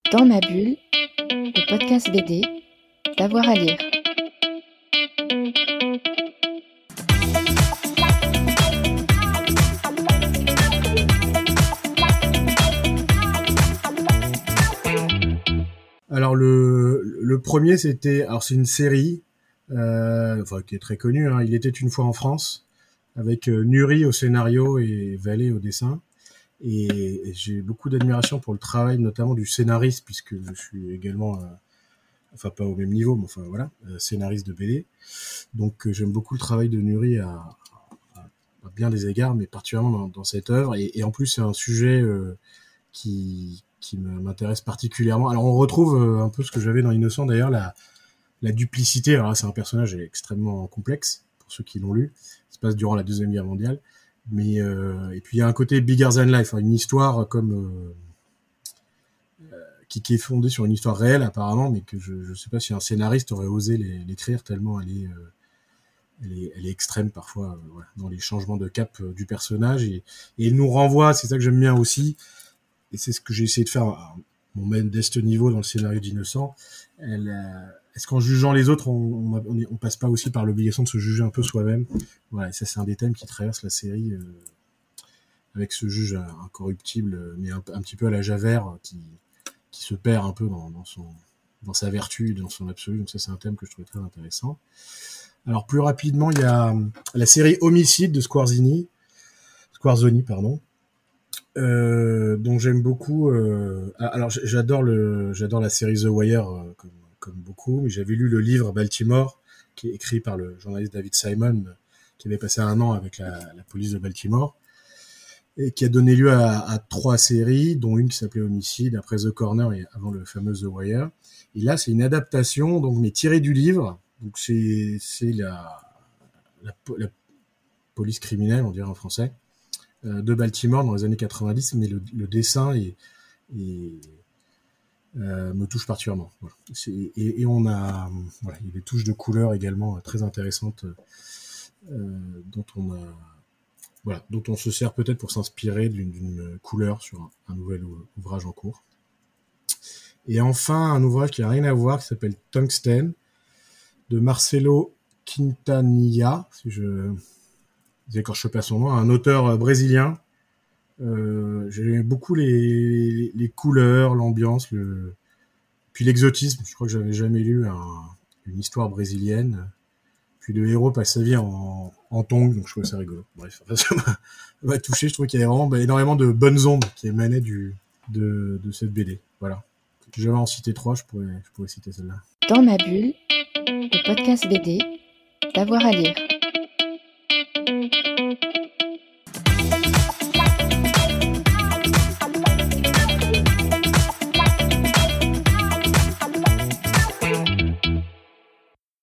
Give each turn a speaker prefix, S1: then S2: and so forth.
S1: Dans ma bulle, le podcast BD, d'avoir à lire.
S2: Alors le premier c'est une série qui est très connue, hein. Il était une fois en France avec Nuri au scénario et Vallée au dessin. Et j'ai beaucoup d'admiration pour le travail notamment du scénariste, puisque je suis également pas au même niveau, mais scénariste de BD. Donc j'aime beaucoup le travail de Nuri à bien des égards, mais particulièrement dans cette œuvre. Et en plus c'est un sujet qui m'intéresse particulièrement. Alors on retrouve un peu ce que j'avais dans Innocent d'ailleurs, la duplicité. Alors là, c'est un personnage extrêmement complexe pour ceux qui l'ont lu. Ça se passe durant la Deuxième Guerre mondiale. Mais et puis il y a un côté bigger than life, hein, une histoire comme qui est fondée sur une histoire réelle apparemment, mais que je sais pas si un scénariste aurait osé l'écrire tellement elle est extrême parfois, dans les changements de cap du personnage, et il nous renvoie, c'est ça que j'aime bien aussi, et c'est ce que j'ai essayé de faire à mon modeste niveau dans le scénario d'Innocent. Est-ce qu'en jugeant les autres, on passe pas aussi par l'obligation de se juger un peu soi-même? Voilà, et ça c'est un des thèmes qui traverse la série, avec ce juge incorruptible, mais un petit peu à la Javert, qui se perd un peu dans sa vertu, dans son absolu. Donc ça c'est un thème que je trouvais très intéressant. Alors plus rapidement, il y a la série Homicide de Squarzoni, dont j'aime beaucoup. Alors j'adore la série The Wire, comme beaucoup, mais j'avais lu le livre Baltimore, qui est écrit par le journaliste David Simon, qui avait passé un an avec la police de Baltimore, et qui a donné lieu à 3 séries, dont une qui s'appelait Homicide, après The Corner et avant le fameux The Wire. Et là, c'est une adaptation, donc, mais tirée du livre. Donc c'est la police criminelle, on dirait en français, de Baltimore dans les années 90, mais le dessin me touche particulièrement. Voilà. Et on a, il y a des touches de couleurs également très intéressantes, dont on se sert peut-être pour s'inspirer d'une couleur sur un nouvel ouvrage en cours. Et enfin, un ouvrage qui n'a rien à voir, qui s'appelle Tungsten, de Marcelo Quintanilla, si je n'écorche pas son nom, un auteur brésilien. J'aimais beaucoup les couleurs, l'ambiance, puis l'exotisme. Je crois que j'avais jamais lu une histoire brésilienne. Puis le héros passe sa vie en tongs, donc je trouvais ça rigolo. Bref, ça m'a touché. Je trouve qu'il y avait vraiment énormément de bonnes ondes qui émanaient de cette BD. Voilà. Si j'avais en cité 3, je pourrais citer celle-là.
S1: Dans ma bulle, le podcast BD, d'avoir à lire.